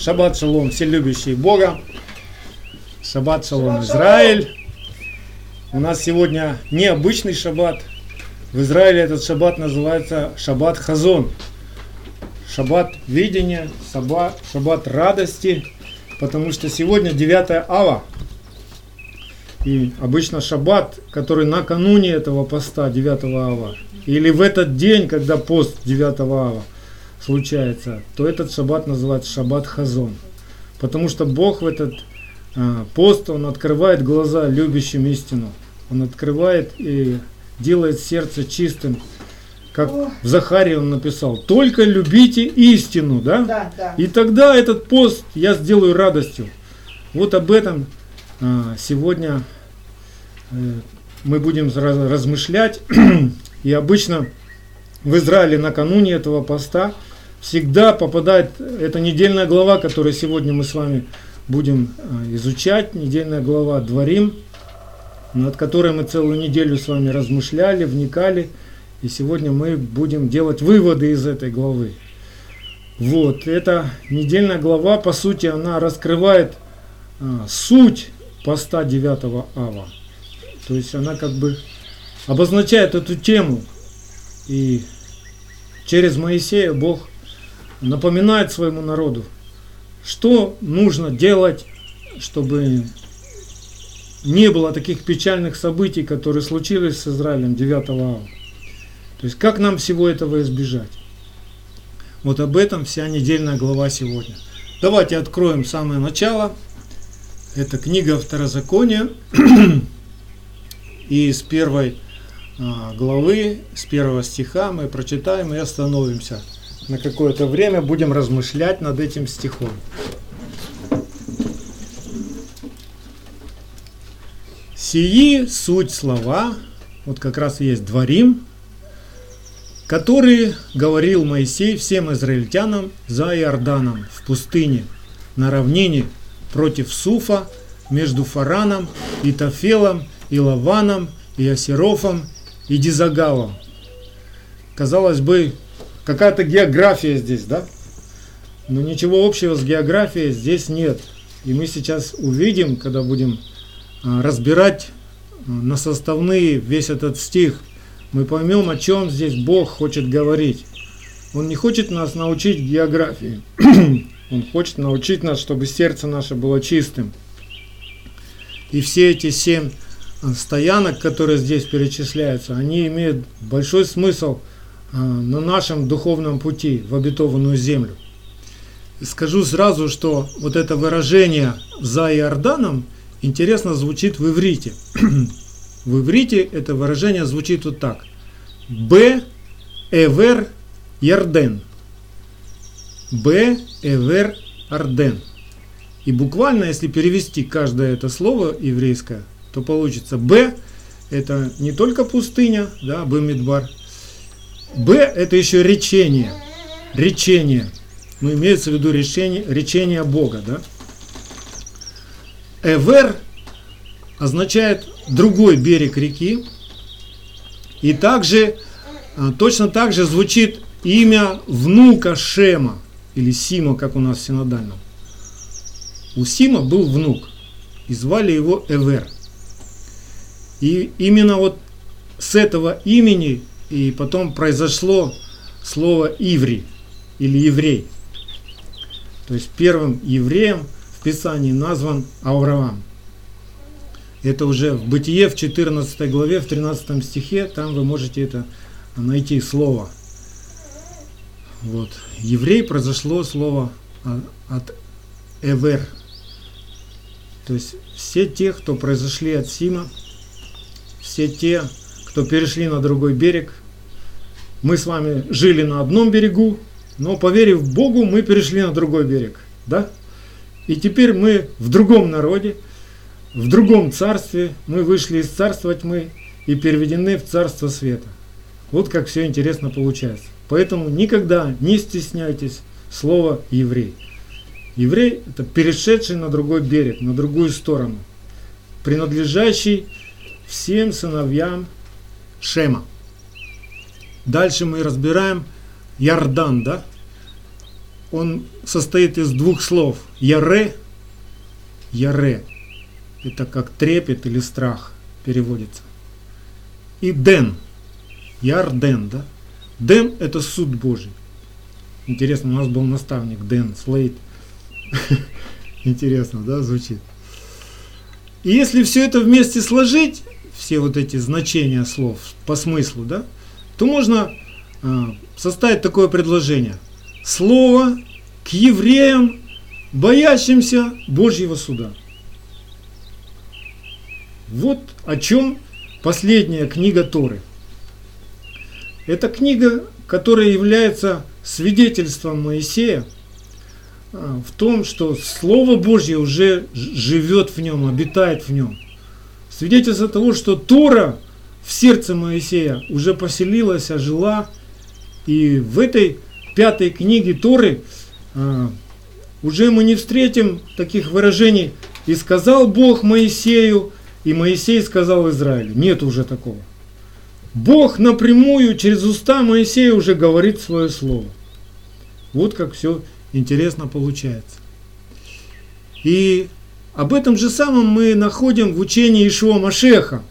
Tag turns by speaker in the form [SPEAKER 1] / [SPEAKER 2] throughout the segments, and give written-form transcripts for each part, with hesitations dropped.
[SPEAKER 1] Шаббат шалом, все любящие Бога. Шаббат шалом, Израиль. У нас сегодня необычный шаббат. В Израиле этот шаббат называется шаббат хазон. Шаббат видения, шаббат радости. Потому что сегодня 9 ава. И обычно шаббат, который накануне этого поста 9 ава, или в этот день, когда пост 9 ава случается, то этот шаббат называется шаббат хазон. Потому что Бог в этот пост, Он открывает глаза любящим истину. Он открывает и делает сердце чистым. Как в Захарии он написал: только любите истину, да?
[SPEAKER 2] Да.
[SPEAKER 1] И тогда этот пост я сделаю радостью. Вот об этом сегодня мы будем размышлять. И обычно в Израиле накануне этого поста всегда попадает эта недельная глава, которую сегодня мы с вами будем изучать. Недельная глава Дворим, над которой мы целую неделю с вами размышляли, вникали. И сегодня мы будем делать выводы из этой главы. Вот, эта недельная глава, по сути, она раскрывает суть поста 9 ава. То есть она как бы обозначает эту тему. И через Моисея Бог напоминает своему народу, что нужно делать, чтобы не было таких печальных событий, которые случились с Израилем 9 ава. То есть как нам всего этого избежать? Вот об этом вся недельная глава сегодня. Давайте откроем самое начало. Это книга Второзакония. И с первой главы, с первого стиха мы прочитаем и остановимся. На какое-то время будем размышлять над этим стихом. Сии суть слова, вот как раз есть Дворим, которые говорил Моисей всем израильтянам за Иорданом в пустыне, на равнине против Суфа, между Фараном и Тафелом, и Лаваном, и Асерофом, и Дизагалом. Казалось бы, какая-то география здесь, да? Но ничего общего с географией здесь нет. И мы сейчас увидим, когда будем разбирать на составные весь этот стих, мы поймем, о чем здесь Бог хочет говорить. Он не хочет нас научить географии. Он хочет научить нас, чтобы сердце наше было чистым. И все эти 7 стоянок, которые здесь перечисляются, они имеют большой смысл на нашем духовном пути в обетованную землю. И скажу сразу, что вот это выражение «за Иорданом» интересно звучит в иврите. В иврите это выражение звучит вот так: «Б эвер Ярден». «Б эвер Арден». И буквально, если перевести каждое это слово еврейское, то получится «Б» это не только пустыня, да, Б-Мидбар. «Б» это еще речение. Речение. Ну, имеется в виду речение Бога, да. «Эвер» означает другой берег реки. И также, точно так же звучит имя внука Шема, или Сима, как у нас в синодальном. У Сима был внук, и звали его Эвер. И именно вот с этого имени и потом произошло слово Иври, или еврей. То есть первым евреем в Писании назван Авраам. Это уже в Бытие, в 14 главе, в 13 стихе, там вы можете это найти слово. Вот. Еврей произошло слово от Эвер. То есть все те, кто произошли от Сима, все те, кто перешли на другой берег. Мы с вами жили на одном берегу, но, поверив Богу, мы перешли на другой берег. Да? И теперь мы в другом народе, в другом царстве. Мы вышли из царства тьмы и переведены в царство света. Вот как все интересно получается. Поэтому никогда не стесняйтесь слова «еврей». Еврей – это перешедший на другой берег, на другую сторону, принадлежащий всем сыновьям Шема. Дальше мы разбираем Иордан, да? он состоит из двух слов. Яре, яре. Это как трепет или страх переводится. И ден. Ярден, да? Ден – это суд Божий. Интересно, у нас был наставник Дэн Слейд. Интересно, да, звучит? И если все это вместе сложить, все вот эти значения слов по смыслу, да, то можно составить такое предложение. Слово к евреям, боящимся Божьего суда. Вот о чем последняя книга Торы. Это книга, которая является свидетельством Моисея в том, что Слово Божье уже живет в нем, обитает в нем. Свидетельство того, что Тора в сердце Моисея уже поселилась, ожила. И в этой 5-й книге Торы уже мы не встретим таких выражений «И сказал Бог Моисею, и Моисей сказал Израилю». Нет уже такого. Бог напрямую через уста Моисея уже говорит свое слово. Вот как все интересно получается. И об этом же самом мы находим в учении Иешуа Машеха.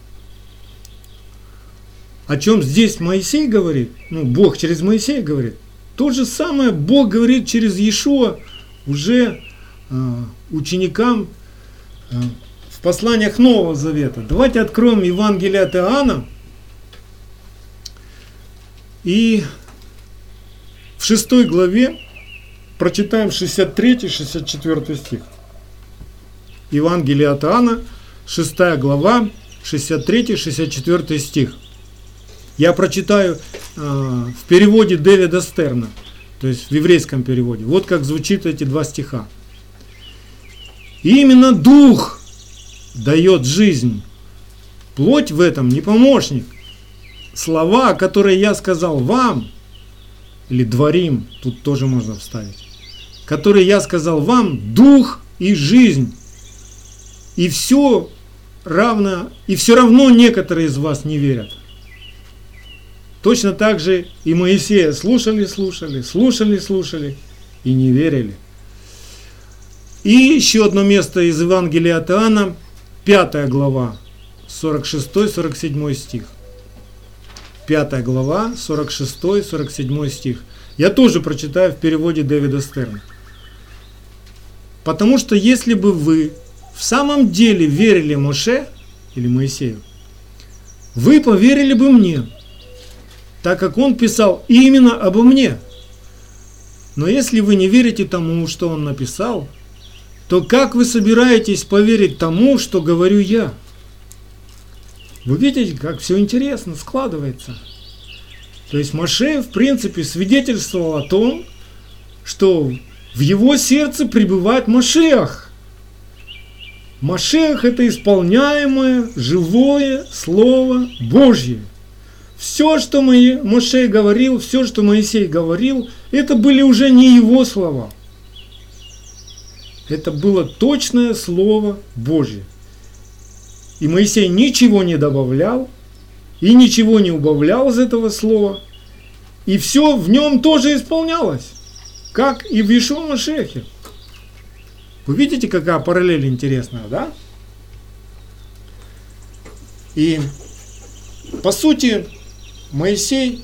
[SPEAKER 1] О чем здесь Моисей говорит, Бог через Моисея говорит. То же самое Бог говорит через Иешуа уже ученикам в посланиях Нового Завета. Давайте откроем Евангелие от Иоанна. И в 6 главе прочитаем 63-64 стих. Евангелие от Иоанна, 6 глава, 63-64 стих. Я прочитаю в переводе Дэвида Стерна, то есть в еврейском переводе. Вот как звучит эти два стиха. И именно Дух дает жизнь. Плоть в этом не помощник. Слова, которые я сказал вам, или дворим, тут тоже можно вставить, которые я сказал вам, дух и жизнь. И все равно некоторые из вас не верят. Точно так же и Моисея слушали и не верили. И еще одно место из Евангелия от Иоанна, 5 глава, 46-47 стих. 5 глава, 46-47 стих. Я тоже прочитаю в переводе Дэвида Стерна. Потому что если бы вы в самом деле верили Моше или Моисею, вы поверили бы мне, так как он писал именно обо мне. Но если вы не верите тому, что он написал, то как вы собираетесь поверить тому, что говорю я? Вы видите, как все интересно складывается. То есть Моше, в принципе, свидетельствовал о том, что в его сердце пребывает Машиах. Машиах – это исполняемое, живое Слово Божье. Все, что Моше говорил, все, что Моисей говорил, это были уже не его слова. Это было точное Слово Божье. И Моисей ничего не добавлял, и ничего не убавлял из этого слова. И все в нем тоже исполнялось, как и в Иешуа Машиахе. Вы видите, какая параллель интересная, да? И по сути Моисей,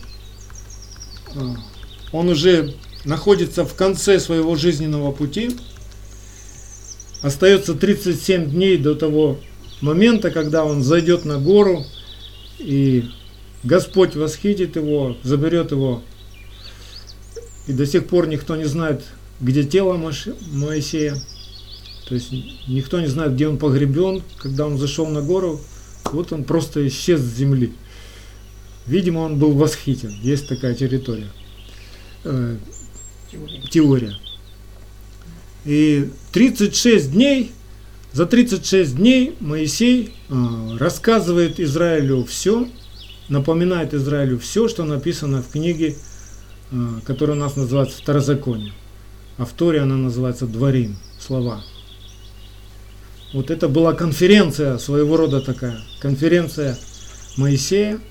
[SPEAKER 1] он уже находится в конце своего жизненного пути. Остается 37 дней до того момента, когда он зайдет на гору, и Господь восхитит его, заберет его. И до сих пор никто не знает, где тело Моисея. То есть никто не знает, где он погребен. Когда он зашел на гору, вот он просто исчез с земли. Видимо, он был восхитен. Есть такая теория. И 36 дней, за 36 дней Моисей рассказывает Израилю все, напоминает Израилю все, что написано в книге, которая у нас называется Второзаконие. А в Торе она называется Дворим, слова. Вот это была конференция, своего рода такая, конференция Моисея.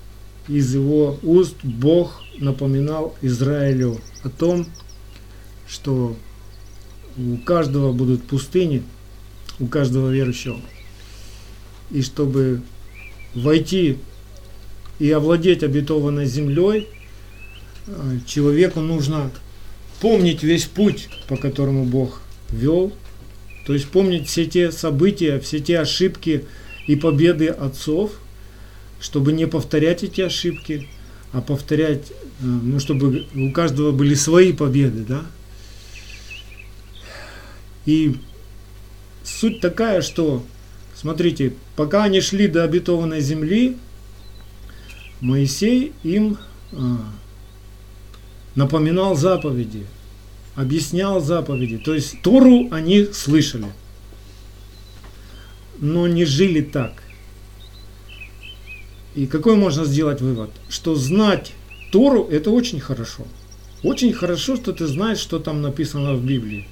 [SPEAKER 1] Из его уст Бог напоминал Израилю о том, что у каждого будут пустыни, у каждого верующего. И чтобы войти и овладеть обетованной землей, человеку нужно помнить весь путь, по которому Бог вел, то есть помнить все те события, все те ошибки и победы отцов, чтобы не повторять эти ошибки, а повторять, чтобы у каждого были свои победы, да? И суть такая, что, смотрите, пока они шли до обетованной земли, Моисей им напоминал заповеди, объяснял заповеди. То есть Тору они слышали, но не жили так. И какой можно сделать вывод? Что знать Тору – это очень хорошо. Очень хорошо, что ты знаешь, что там написано в Библии.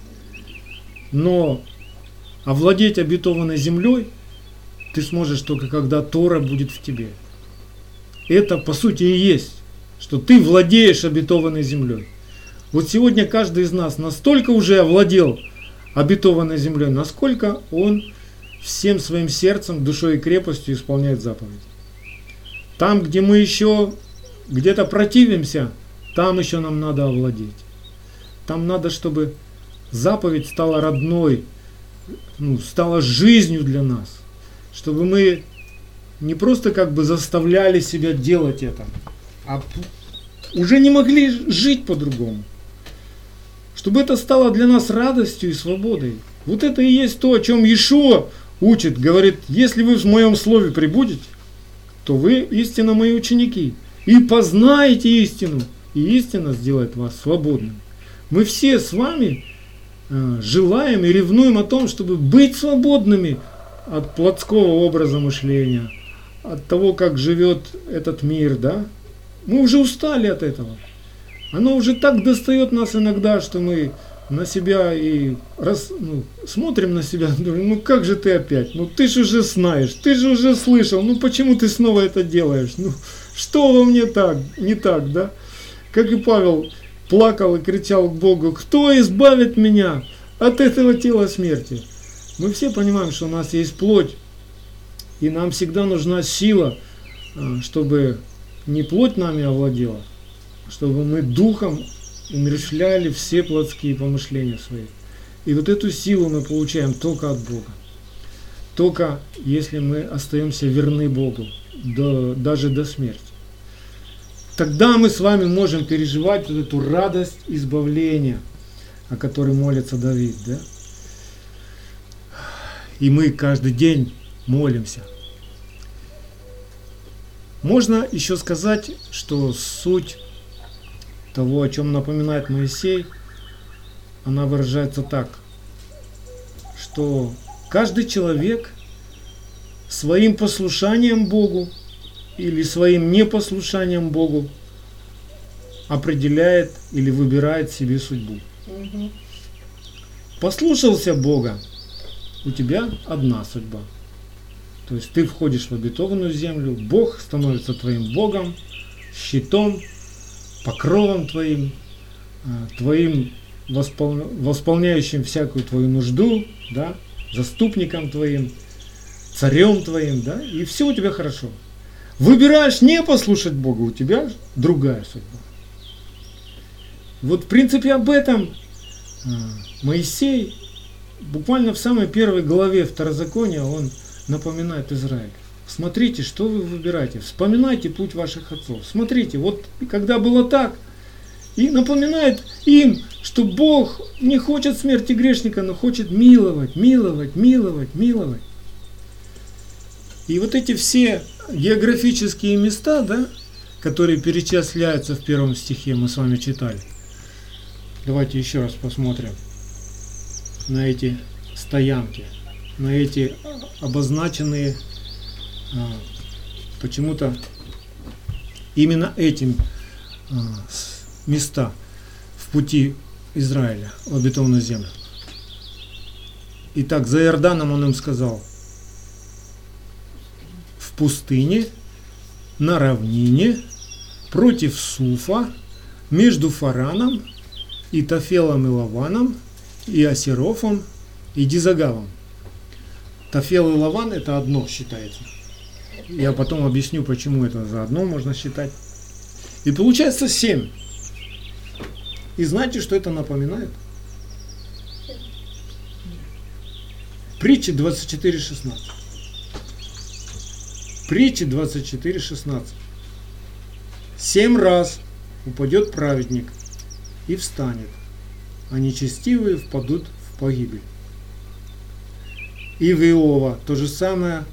[SPEAKER 1] Но овладеть обетованной землей ты сможешь только когда Тора будет в тебе. Это по сути и есть, что ты владеешь обетованной землей. Вот сегодня каждый из нас настолько уже овладел обетованной землей, насколько он всем своим сердцем, душой и крепостью исполняет заповедь. Там, где мы еще где-то противимся, там еще нам надо овладеть. Там надо, чтобы заповедь стала родной, стала жизнью для нас. Чтобы мы не просто как бы заставляли себя делать это, а уже не могли жить по-другому. Чтобы это стало для нас радостью и свободой. Вот это и есть то, о чем Иешуа учит. Говорит, если вы в моем слове пребудете, то вы истинно мои ученики. И познаете истину, и истина сделает вас свободными. Мы все с вами желаем и ревнуем о том, чтобы быть свободными от плотского образа мышления, от того, как живет этот мир, да? Мы уже устали от этого. Оно уже так достает нас иногда, что мы на себя и смотрим на себя, думаем, как же ты опять? Ты же уже знаешь, ты же уже слышал, почему ты снова это делаешь? Что во мне не так, да? Как и Павел плакал и кричал к Богу, кто избавит меня от этого тела смерти? Мы все понимаем, что у нас есть плоть, и нам всегда нужна сила, чтобы не плоть нами овладела, чтобы мы духом умерщвляли все плотские помышления свои. И вот эту силу мы получаем только от Бога. Только если мы остаемся верны Богу, даже до смерти. Тогда мы с вами можем переживать вот эту радость избавления, о которой молится Давид, да? И мы каждый день молимся. Можно еще сказать, что суть того, о чем напоминает Моисей, она выражается так, что каждый человек своим послушанием Богу или своим непослушанием Богу определяет или выбирает себе судьбу. Послушался Бога, у тебя одна судьба. То есть ты входишь в обетованную землю, Бог становится твоим Богом, щитом, покровом твоим, твоим восполняющим всякую твою нужду, да, заступником твоим, царем твоим, да, и все у тебя хорошо. Выбираешь не послушать Бога, у тебя другая судьба. Вот в принципе об этом Моисей буквально в самой первой главе Второзакония он напоминает Израилю. Смотрите, что вы выбираете, вспоминайте путь ваших отцов. Смотрите, вот когда было так, и напоминает им, что Бог не хочет смерти грешника, но хочет миловать, миловать, миловать, миловать. И вот эти все географические места, да, которые перечисляются в первом стихе, мы с вами читали. Давайте еще раз посмотрим на эти стоянки, на эти обозначенные почему-то именно этим места в пути Израиля в обетованную землю. Итак, за Иорданом он им сказал: в пустыне, на равнине, против Суфа, между Фараном и Тофелом, и Лаваном, и Асерофом, и Дизагавом. Тофел и Лаван это одно считается. Я потом объясню, почему это заодно можно считать. И получается 7. И знаете, что это напоминает? Притчи 24:16. Притчи 24:16. 7 раз упадет праведник и встанет, а нечестивые впадут в погибель. И в Иова то же самое,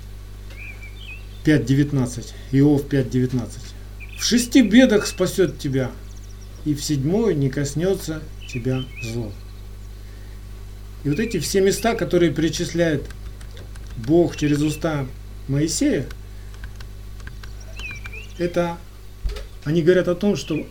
[SPEAKER 1] 5:19. Иов 5:19. В 6 бедах спасет тебя, и в 7 не коснется тебя зло. И вот эти все места, которые перечисляет Бог через уста Моисея, это они говорят о том, что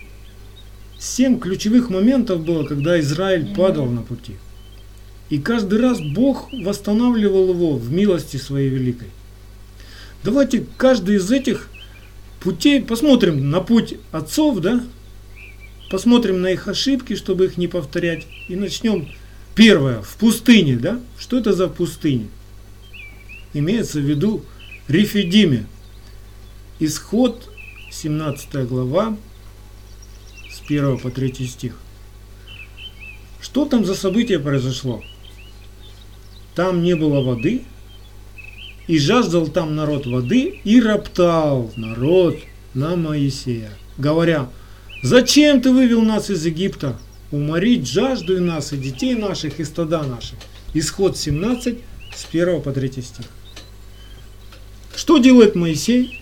[SPEAKER 1] 7 ключевых моментов было, когда Израиль падал на пути. И каждый раз Бог восстанавливал его в милости своей великой. Давайте каждый из этих путей посмотрим на путь отцов, да? Посмотрим на их ошибки, чтобы их не повторять. И начнем. Первое, в пустыне, да? Что это за пустыня? Имеется в виду Рефидиме. Исход, 17 глава, с 1 по 3 стих. Что там за событие произошло? Там не было воды, и жаждал там народ воды, и роптал народ на Моисея, говоря: «Зачем ты вывел нас из Египта? Уморить жажду и нас, и детей наших, и стада наших». Исход 17, с 1 по 3 стих. Что делает Моисей?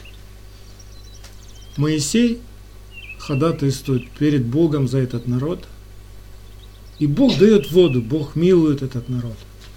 [SPEAKER 1] Моисей ходатайствует перед Богом за этот народ. И Бог дает воду, Бог милует этот народ.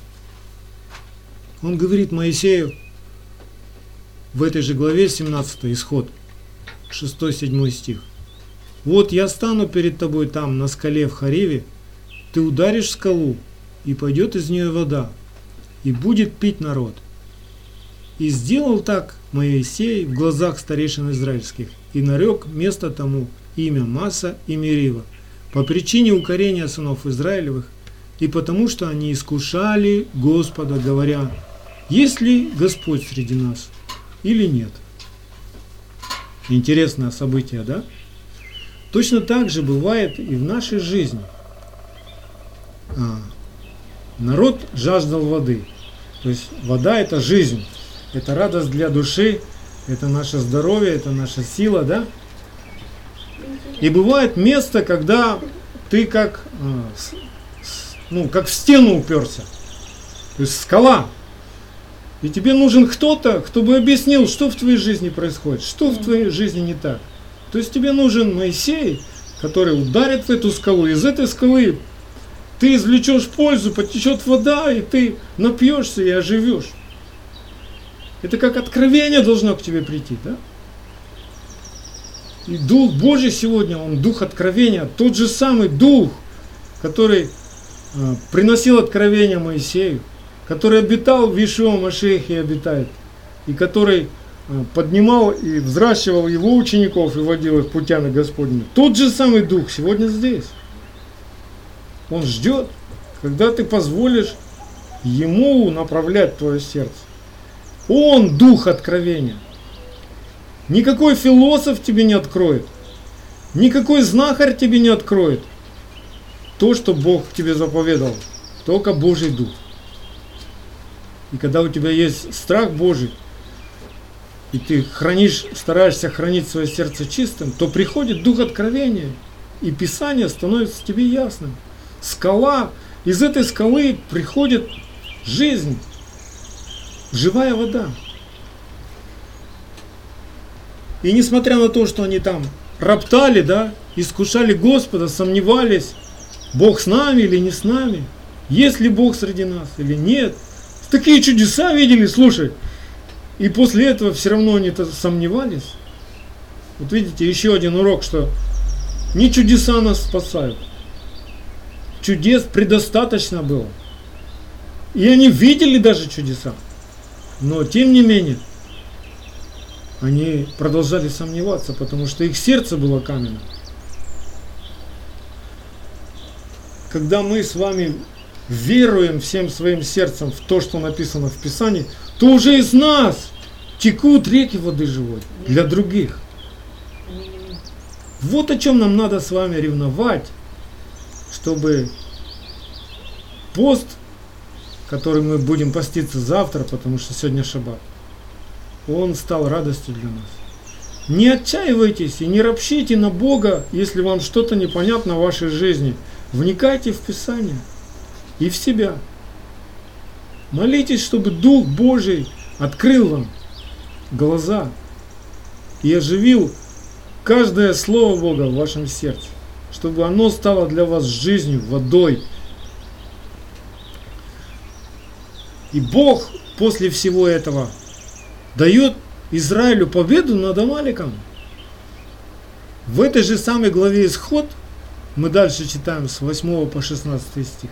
[SPEAKER 1] Он говорит Моисею в этой же главе 17, Исход, 6-7 стих. «Вот я стану перед тобой там, на скале в Хориве, ты ударишь скалу, и пойдет из нее вода, и будет пить народ». И сделал так Моисей в глазах старейшин израильских, и нарек место тому имя Маса и Мерива, по причине укорения сынов Израилевых, и потому что они искушали Господа, говоря: «Есть ли Господь среди нас или нет?» Интересное событие, да? Точно так же бывает и в нашей жизни. Народ жаждал воды. То есть вода – это жизнь, это радость для души, это наше здоровье, это наша сила, да? И бывает место, когда ты как в стену уперся. То есть скала. И тебе нужен кто-то, кто бы объяснил, что в твоей жизни происходит, что в твоей жизни не так. То есть тебе нужен Моисей, который ударит в эту скалу. Из этой скалы ты извлечешь пользу, потечет вода, и ты напьешься и оживешь. Это как откровение должно к тебе прийти, да? И Дух Божий сегодня, Он Дух откровения, тот же самый Дух, который приносил откровение Моисею, который обитал в Иешуа Машиахе и обитает, и который поднимал и взращивал его учеников и водил их путями Господними. Тот же самый Дух сегодня здесь. Он ждет, когда ты позволишь Ему направлять твое сердце. Он Дух откровения. Никакой философ тебе не откроет, никакой знахарь тебе не откроет то, что Бог тебе заповедал, только Божий Дух. И когда у тебя есть страх Божий, и ты стараешься хранить свое сердце чистым, то приходит Дух откровения, и Писание становится тебе ясным. Скала, из этой скалы приходит жизнь, живая вода. И несмотря на то, что они там роптали, да, искушали Господа, сомневались, Бог с нами или не с нами, есть ли Бог среди нас или нет, такие чудеса видели, слушай, и после этого все равно они сомневались. Вот видите, еще один урок, что не чудеса нас спасают. Чудес предостаточно было. И они видели даже чудеса. Но тем не менее, они продолжали сомневаться, потому что их сердце было каменным. когда мы с вами веруем всем своим сердцем в то, что написано в Писании, то уже из нас текут реки воды живой для других. Вот о чем нам надо с вами ревновать, чтобы пост, который мы будем поститься завтра, потому что сегодня шаббат, он стал радостью для нас. Не отчаивайтесь и не ропщите на Бога, если вам что-то непонятно в вашей жизни. Вникайте в Писание и в себя. Молитесь, чтобы Дух Божий открыл вам глаза и оживил каждое слово Бога в вашем сердце, чтобы оно стало для вас жизнью, водой. И Бог после всего этого дает Израилю победу над Амаликом. В этой же самой главе Исход, мы дальше читаем с 8 по 16 стих.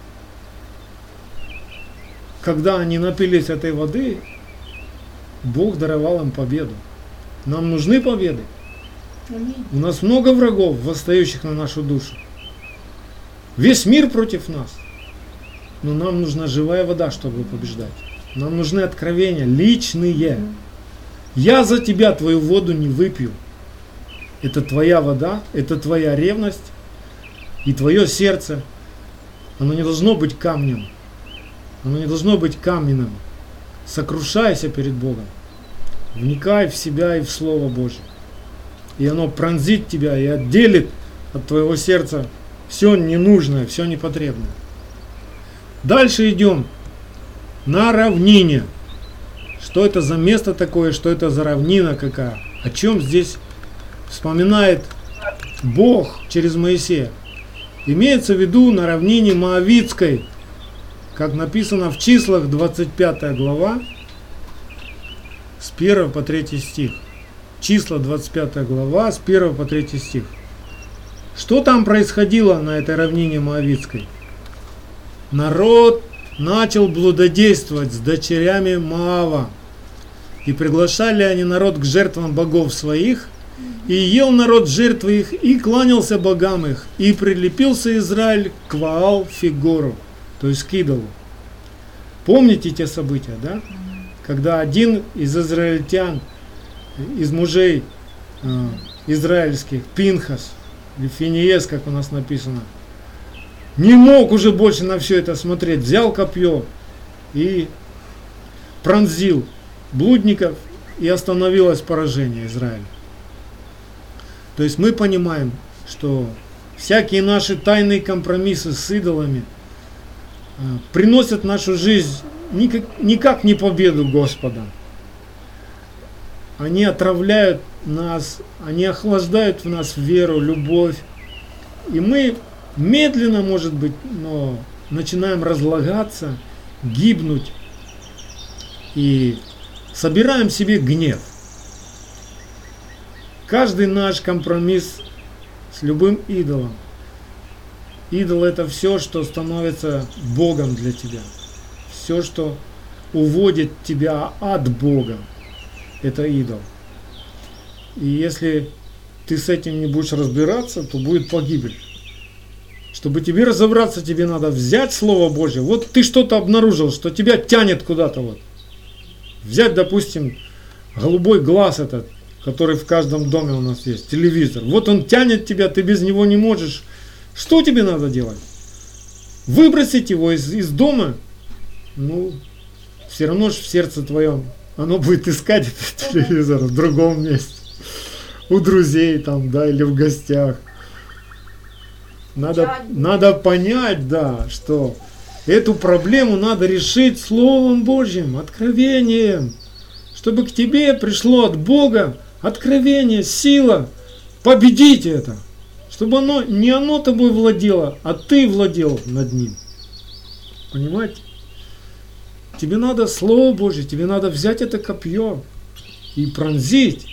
[SPEAKER 1] Когда они напились этой воды, Бог даровал им победу. Нам нужны победы. У нас много врагов, восстающих на нашу душу. Весь мир против нас. Но нам нужна живая вода, чтобы побеждать. Нам нужны откровения личные. Я за тебя твою воду не выпью. Это твоя вода, это твоя ревность и твое сердце. Оно не должно быть камнем. Оно не должно быть каменным. Сокрушайся перед Богом. Вникай в себя и в Слово Божье. И оно пронзит тебя и отделит от твоего сердца все ненужное, все непотребное. Дальше идем на равнине. Что это за место такое, что это за равнина какая? О чем здесь вспоминает Бог через Моисея? Имеется в виду на равнине Моавитской, как написано в Числах 25 глава, с 1 по 3 стих. Числа 25 глава, с 1 по 3 стих. Что там происходило на этой равнине Моавитской? Народ начал блудодействовать с дочерями Моава. И приглашали они народ к жертвам богов своих, и ел народ жертвы их, и кланялся богам их, и прилепился Израиль к Ваал-Фигору, то есть к идолу. Помните те события, да? Когда один из израильтян, из мужей израильских, Пинхас, или Финиес, как у нас написано, не мог уже больше на все это смотреть, взял копье и пронзил блудников, и остановилось поражение Израиля. То есть мы понимаем, что всякие наши тайные компромиссы с идолами приносят в нашу жизнь никак не победу Господа. Они отравляют нас, они охлаждают в нас веру, любовь. И мы медленно, может быть, но начинаем разлагаться, гибнуть и собираем себе гнев. Каждый наш компромисс с любым идолом. Идол — это все, что становится Богом для тебя. Все, что уводит тебя от Бога. Это идол. И если ты с этим не будешь разбираться, то будет погибель. Чтобы тебе разобраться, тебе надо взять Слово Божье. Вот ты что-то обнаружил, что тебя тянет куда-то. Вот. Взять, допустим, голубой глаз этот, который в каждом доме у нас есть, телевизор. Вот он тянет тебя, ты без него не можешь. Что тебе надо делать? Выбросить его из дома? Ну, все равно же в сердце твоем оно будет искать этот телевизор в другом месте. У друзей там, да, или в гостях. Надо понять, да, что эту проблему надо решить Словом Божьим, откровением. Чтобы к тебе пришло от Бога откровение, сила. Победить это. Чтобы не оно тобой владело, а ты владел над ним. Понимаете? Тебе надо Слово Божье, тебе надо взять это копье и пронзить.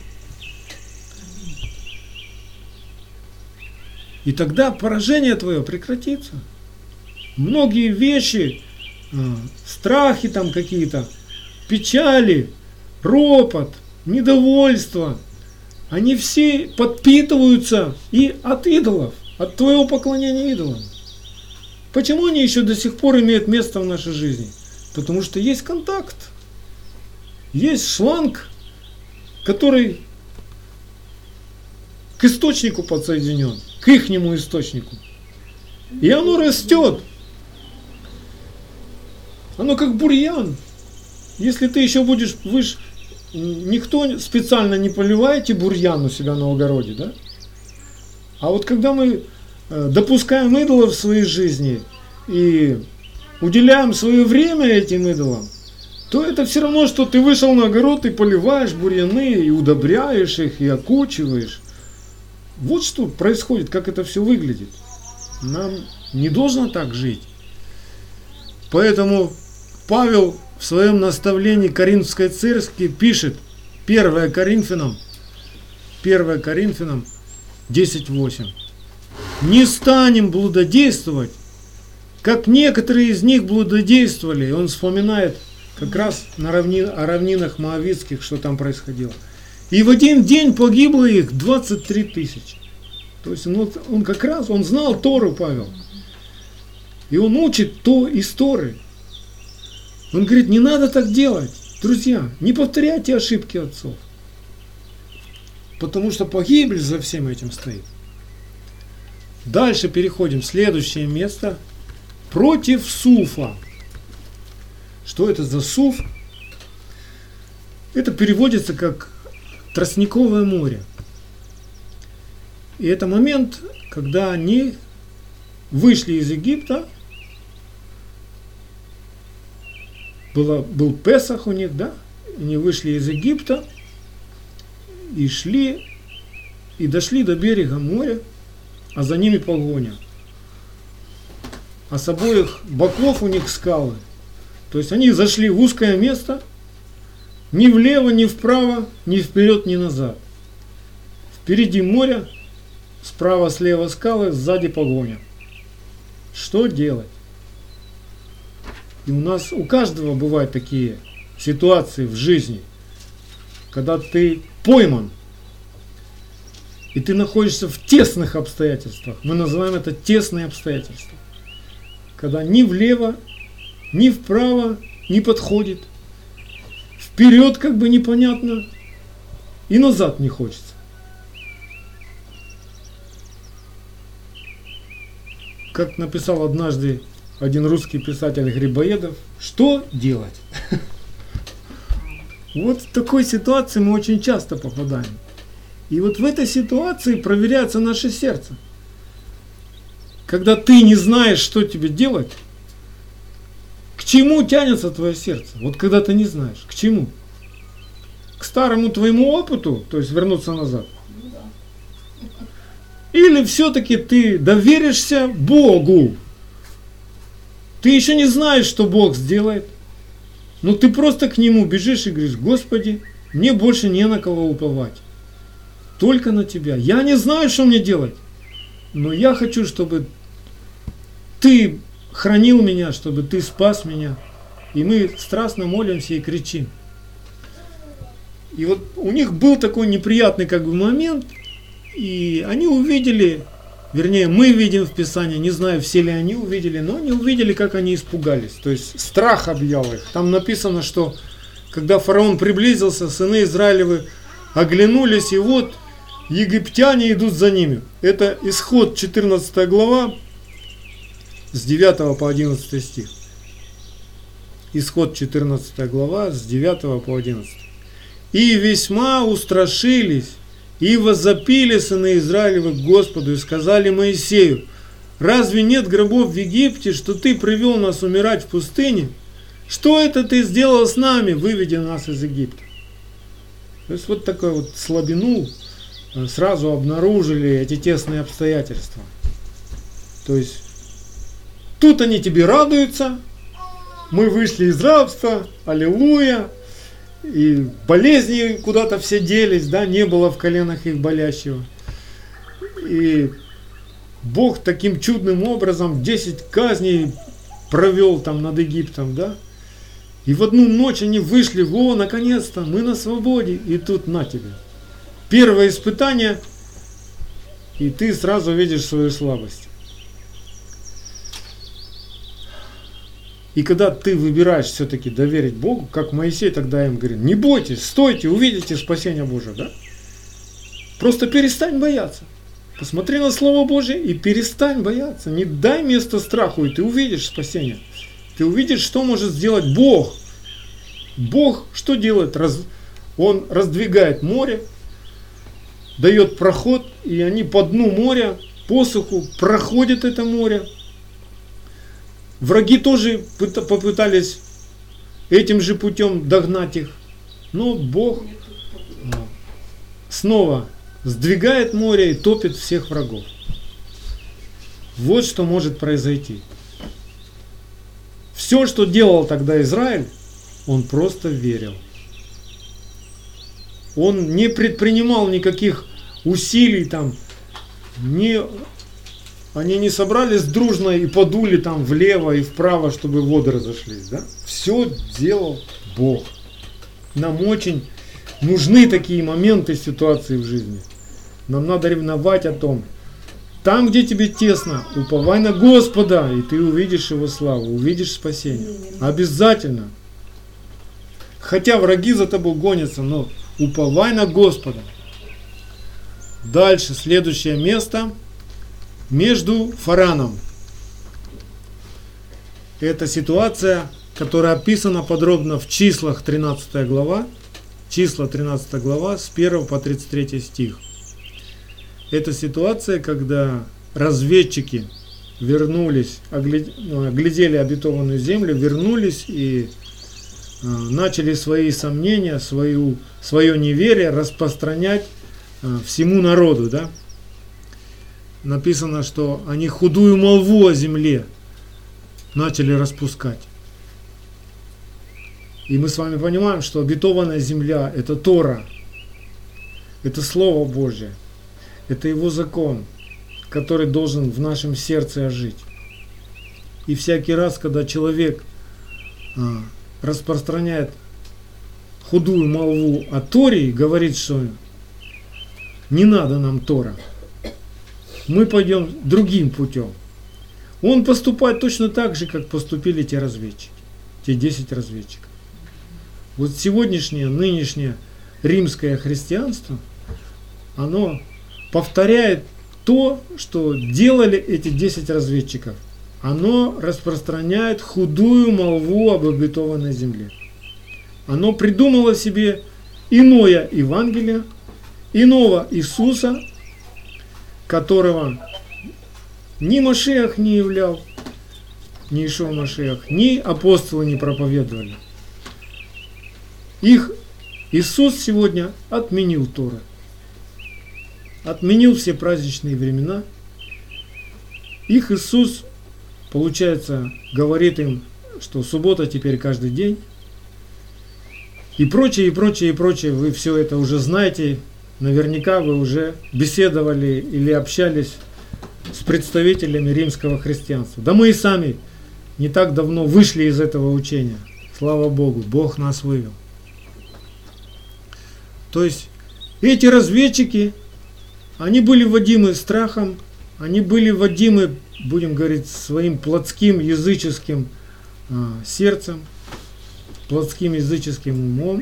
[SPEAKER 1] И тогда поражение твое прекратится. Многие вещи, страхи там какие-то, печали, ропот, недовольство, они все подпитываются и от идолов, от твоего поклонения идолам. Почему они еще до сих пор имеют место в нашей жизни? Потому что есть контакт, есть шланг, который к источнику подсоединен, к ихнему источнику. И оно растет. Оно как бурьян. Если ты еще будешь выше, никто специально не поливаете бурьян у себя на огороде, да? А вот когда мы допускаем идолов в своей жизни и уделяем свое время этим идолам, то это все равно, что ты вышел на огород и поливаешь бурьяны, и удобряешь их, и окучиваешь. Вот что происходит, как это все выглядит. Нам не должно так жить. Поэтому Павел в своем наставлении Коринфской церкви пишет, 1 Коринфянам 10:8. Не станем блудодействовать, как некоторые из них блудодействовали. И он вспоминает как раз о равнинах Моавитских, что там происходило. И в один день погибло их 23 тысячи. То есть он как раз, он знал Тору, Павел. И он учит то из Торы. Он говорит, не надо так делать, друзья, не повторяйте ошибки отцов. Потому что погибель за всем этим стоит. Дальше переходим в следующее место. Против Суфа. Что это за Суф? Это переводится как тростниковое море. И это момент, когда они вышли из Египта. Был Песах у них, да? Они вышли из Египта и шли, и дошли до берега моря, а за ними погоня. А с обоих боков у них скалы. То есть они зашли в узкое место, ни влево, ни вправо, ни вперед, ни назад. Впереди море, справа, слева скалы, сзади погоня. Что делать? И у каждого бывают такие ситуации в жизни, когда ты пойман, и ты находишься в тесных обстоятельствах. Мы называем это тесные обстоятельства. Когда ни влево, ни вправо не подходит, вперед как бы непонятно, и назад не хочется. Как написал однажды один русский писатель Грибоедов, что делать? Вот в такой ситуации мы очень часто попадаем. И вот в этой ситуации проверяется наше сердце. Когда ты не знаешь, что тебе делать, к чему тянется твое сердце? Вот когда ты не знаешь, к чему? К старому твоему опыту, то есть вернуться назад? Или все-таки ты доверишься Богу? Ты еще не знаешь, что Бог сделает, но ты просто к Нему бежишь и говоришь, Господи, мне больше не на кого уповать, только на Тебя. Я не знаю, что мне делать, но я хочу, чтобы Ты хранил меня, чтобы Ты спас меня. И мы страстно молимся и кричим. И вот у них был такой неприятный как бы момент, и они увидели, вернее, мы видим в Писании, не знаю, все ли они увидели, но они увидели, как они испугались. То есть страх объял их. Там написано, что когда фараон приблизился, сыны Израилевы оглянулись, и вот египтяне идут за ними. Это Исход 14 глава, с 9 по 11 стих. Исход 14 глава, с 9 по 11. «И весьма устрашились, и возопили сыны Израилевы к Господу, и сказали Моисею, разве нет гробов в Египте, что ты привел нас умирать в пустыне? Что это ты сделал с нами, выведя нас из Египта?» То есть вот такую вот слабину сразу обнаружили эти тесные обстоятельства. То есть тут они тебе радуются, мы вышли из рабства, аллилуйя, и болезни куда-то все делись, да, не было в коленах их болящего. И Бог таким чудным образом 10 казней провел там над Египтом, да. И в одну ночь они вышли, о, наконец-то, мы на свободе, и тут на тебе. Первое испытание, и ты сразу видишь свою слабость. И когда ты выбираешь все-таки доверить Богу, как Моисей тогда им говорит, не бойтесь, стойте, увидите спасение Божие, да? Просто перестань бояться. Посмотри на Слово Божие и перестань бояться. Не дай место страху, и ты увидишь спасение. Ты увидишь, что может сделать Бог. Бог что делает? Он раздвигает море, дает проход, и они по дну моря, по суху, проходят это море. Враги тоже попытались этим же путем догнать их. Но Бог снова сдвигает море и топит всех врагов. Вот что может произойти. Все, что делал тогда Израиль, он просто верил. Он не предпринимал никаких усилий там, они не собрались дружно и подули там влево и вправо, чтобы воды разошлись. Да? Все делал Бог. Нам очень нужны такие моменты, ситуации в жизни. Нам надо ревновать о том. Там, где тебе тесно, уповай на Господа, и ты увидишь Его славу, увидишь спасение. Обязательно. Хотя враги за тобой гонятся, но уповай на Господа. Дальше, следующее место. Между Фараном. Это ситуация, которая описана подробно в Числах 13 глава. Числа 13 глава с 1 по 33 стих. Это ситуация, когда разведчики вернулись, оглядели обетованную землю, вернулись и начали свои сомнения, свое неверие распространять всему народу. Да? Написано, что они худую молву о земле начали распускать. И мы с вами понимаем, что обетованная земля – это Тора, это Слово Божье, это Его закон, который должен в нашем сердце ожить. И всякий раз, когда человек распространяет худую молву о Торе и говорит, что не надо нам Тора, мы пойдем другим путем. Он поступает точно так же, как поступили те разведчики, те 10 разведчиков. Вот сегодняшнее, нынешнее римское христианство, оно повторяет то, что делали эти 10 разведчиков. Оно распространяет худую молву об обетованной земле. Оно придумало себе иное Евангелие, иного Иисуса, которого ни Машиах не являл, ни Ишуа Машиах, ни апостолы не проповедовали. Их Иисус сегодня отменил Тору, отменил все праздничные времена. Их Иисус, получается, говорит им, что суббота теперь каждый день. И прочее, и прочее, и прочее. Вы все это уже знаете. Наверняка вы уже беседовали или общались с представителями римского христианства. Да мы и сами не так давно вышли из этого учения. Слава Богу, Бог нас вывел. То есть эти разведчики, они были вводимы страхом, они были вводимы, будем говорить, своим плотским языческим сердцем, плотским языческим умом.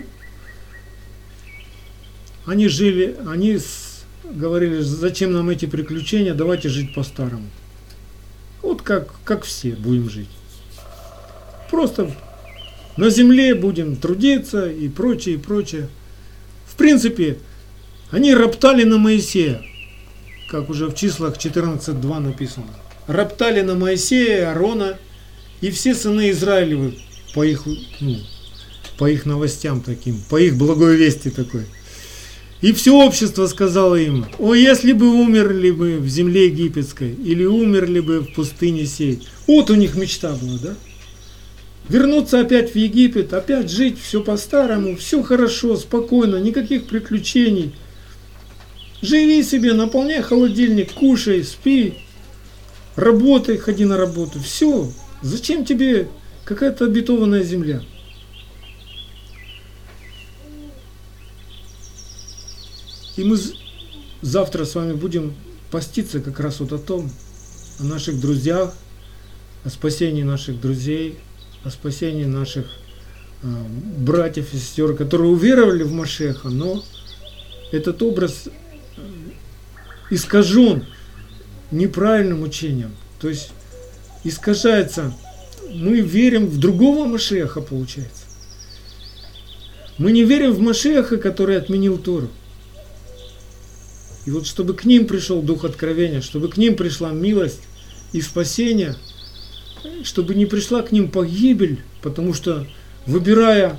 [SPEAKER 1] Они жили, они говорили, зачем нам эти приключения, давайте жить по-старому. Вот как все будем жить. Просто на земле будем трудиться и прочее, и прочее. В принципе, они роптали на Моисея, как уже в числах 14.2 написано. Роптали на Моисея, Аарона и все сыны Израилевы по их новостям таким, по их благой вести такой. И все общество сказало им: о, если бы умерли бы в земле египетской, или умерли бы в пустыне сей. Вот у них мечта была, да? Вернуться опять в Египет, опять жить все по-старому, все хорошо, спокойно, никаких приключений. Живи себе, наполняй холодильник, кушай, спи, работай, ходи на работу. Все. Зачем тебе какая-то обетованная земля? И мы завтра с вами будем поститься как раз вот о том, о наших друзьях, о спасении наших друзей, о спасении наших братьев и сестер, которые уверовали в Машеха, но этот образ искажен неправильным учением. То есть искажается. Мы верим в другого Машеха, получается. Мы не верим в Машеха, который отменил Тору. И вот чтобы к ним пришел Дух Откровения, чтобы к ним пришла милость и спасение, чтобы не пришла к ним погибель, потому что, выбирая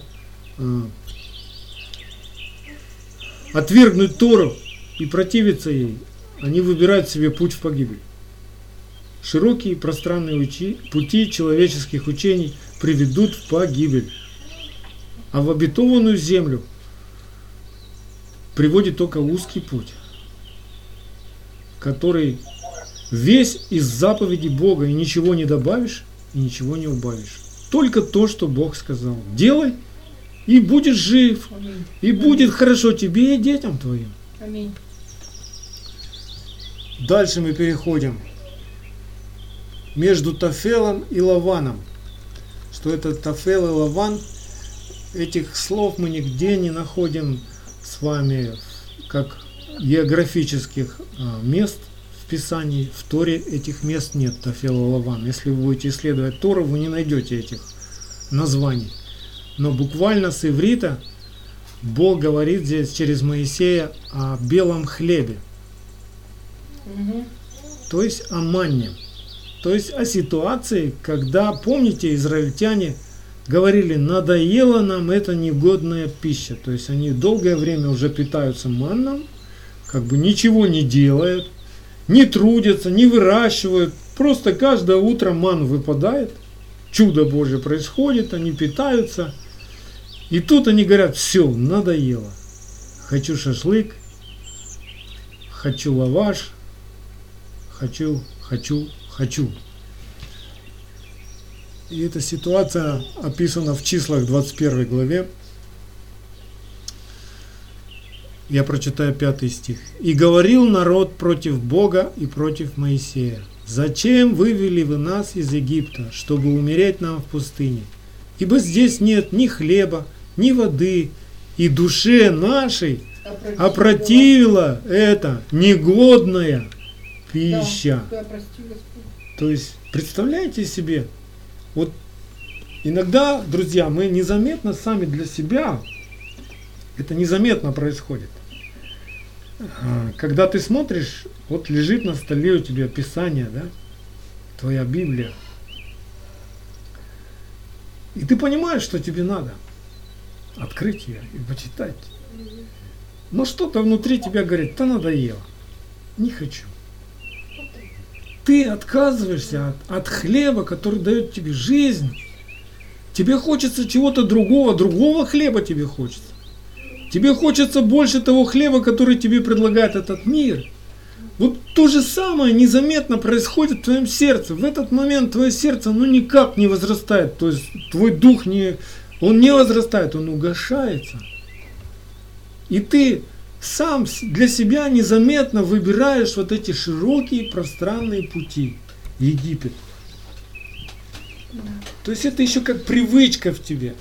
[SPEAKER 1] отвергнуть Тору и противиться ей, они выбирают себе путь в погибель. Широкие пространные пути человеческих учений приведут в погибель. А в обетованную землю приводит только узкий путь, который весь из заповедей Бога, и ничего не добавишь, и ничего не убавишь. Только то, что Бог сказал. Делай, и будешь жив,
[SPEAKER 2] Аминь.
[SPEAKER 1] и будет хорошо тебе и детям твоим.
[SPEAKER 2] Аминь.
[SPEAKER 1] Дальше мы переходим между Тофелом и Лаваном. Что это Тофел и Лаван? Этих слов мы нигде не находим с вами как географических мест в Писании. В Торе этих мест нет, Тофел и Лаван. Если вы будете исследовать Тору, вы не найдете этих названий. Но буквально с иврита Бог говорит здесь через Моисея о белом хлебе.
[SPEAKER 2] Угу.
[SPEAKER 1] То есть о манне. То есть о ситуации, когда, помните, израильтяне говорили, надоела нам эта негодная пища. То есть они долгое время уже питаются манном, как бы ничего не делают, не трудятся, не выращивают. Просто каждое утро ман выпадает, чудо Божье происходит, они питаются. И тут они говорят, все, надоело. Хочу шашлык, хочу лаваш, хочу. И эта ситуация описана в числах 21 главе. Я прочитаю 5 стих. «И говорил народ против Бога и против Моисея: зачем вывели вы нас из Египта, чтобы умереть нам в пустыне? Ибо здесь нет ни хлеба, ни воды, и душе нашей опротивила эта негодная пища».
[SPEAKER 2] Да, прости, Господь.
[SPEAKER 1] То есть, представляете себе, вот иногда, друзья, мы незаметно сами для себя, это незаметно происходит. Когда ты смотришь, вот лежит на столе у тебя Писание, да, твоя Библия, и ты понимаешь, что тебе надо открыть ее и почитать. Но что-то внутри тебя говорит, да надоело, не хочу. Ты отказываешься от хлеба, который дает тебе жизнь. Тебе хочется чего-то другого хлеба тебе хочется. Тебе хочется больше того хлеба, который тебе предлагает этот мир. Вот то же самое незаметно происходит в твоем сердце. В этот момент твое сердце никак не возрастает. То есть твой дух он не возрастает, он угошается. И ты сам для себя незаметно выбираешь вот эти широкие пространные пути в Египет.
[SPEAKER 2] Да.
[SPEAKER 1] То есть это еще как привычка в тебе.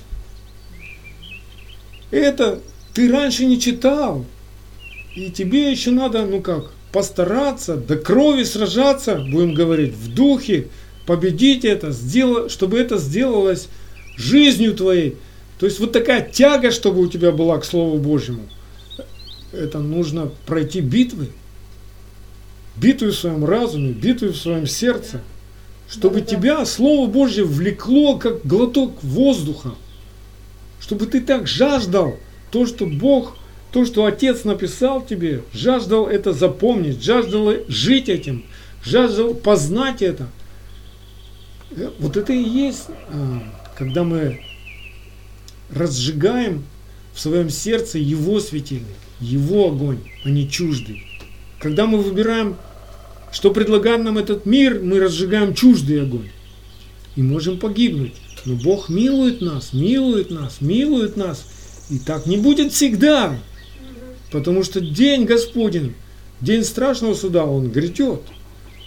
[SPEAKER 1] Это ты раньше не читал. И тебе еще надо, постараться, до крови сражаться, будем говорить, в духе, победить это, чтобы это сделалось жизнью твоей. То есть вот такая тяга, чтобы у тебя была к Слову Божьему. Это нужно пройти битвы. Битву в своем разуме, битву в своем сердце. Чтобы тебя Слово Божье влекло, как глоток воздуха. Чтобы ты так жаждал то, что Бог, то, что Отец написал тебе, жаждал это запомнить, жаждал жить этим, жаждал познать это. Вот это и есть, когда мы разжигаем в своем сердце Его светильник, Его огонь, а не чуждый. Когда мы выбираем, что предлагает нам этот мир, мы разжигаем чуждый огонь. И можем погибнуть. Но Бог милует нас, милует нас, милует нас. И так не будет всегда. Потому что день Господень, день страшного суда, он грядет.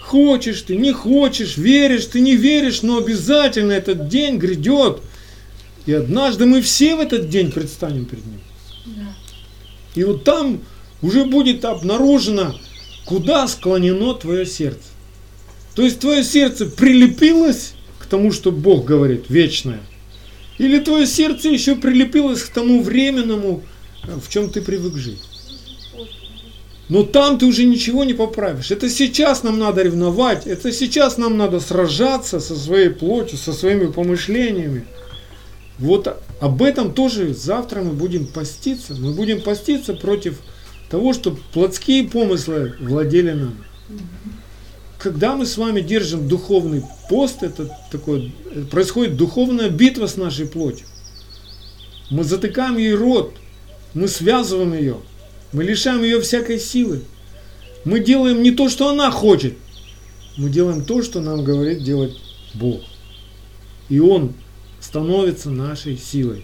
[SPEAKER 1] Хочешь ты, не хочешь, веришь ты, не веришь, но обязательно этот день грядет. И однажды мы все в этот день предстанем перед Ним.
[SPEAKER 2] Да.
[SPEAKER 1] И вот там уже будет обнаружено, куда склонено твое сердце. То есть твое сердце прилепилось к тому, что Бог говорит, вечное. Или твое сердце еще прилепилось к тому временному, в чем ты привык жить. Но там ты уже ничего не поправишь. Это сейчас нам надо ревновать, это сейчас нам надо сражаться со своей плотью, со своими помышлениями. Вот об этом тоже завтра мы будем поститься. Мы будем поститься против того, чтобы плотские помыслы владели нами. Когда мы с вами держим духовный пост, это такое, происходит духовная битва с нашей плотью. Мы затыкаем ей рот, мы связываем ее, мы лишаем ее всякой силы. Мы делаем не то, что она хочет, мы делаем то, что нам говорит делать Бог. И Он становится нашей силой.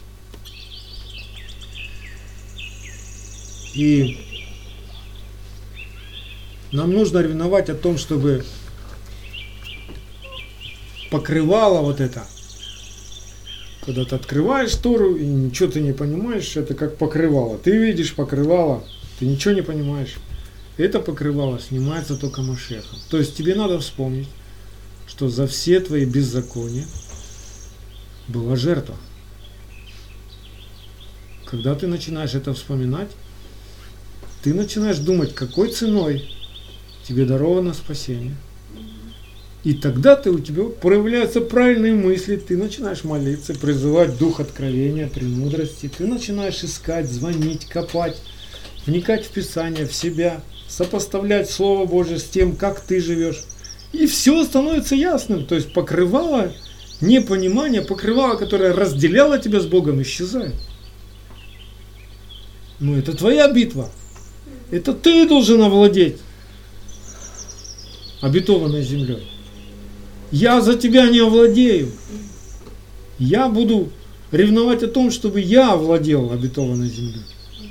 [SPEAKER 1] И нам нужно ревновать о том, чтобы покрывало вот это. Когда ты открываешь Тору и ничего ты не понимаешь, это как покрывало. Ты видишь покрывало, ты ничего не понимаешь. Это покрывало снимается только Машехом. То есть тебе надо вспомнить, что за все твои беззакония была жертва. Когда ты начинаешь это вспоминать, ты начинаешь думать, какой ценой тебе даровано спасение. И тогда у тебя проявляются правильные мысли, ты начинаешь молиться, призывать дух откровения, премудрости, ты начинаешь искать, звонить, копать, вникать в Писание, в себя, сопоставлять Слово Божие с тем, как ты живешь. И все становится ясным. То есть покрывало непонимание, покрывало, которое разделяло тебя с Богом, исчезает. Но это твоя битва. Это ты должен овладеть обетованной землей. Я за тебя не овладею. Я буду ревновать о том, чтобы я овладел обетованной землей.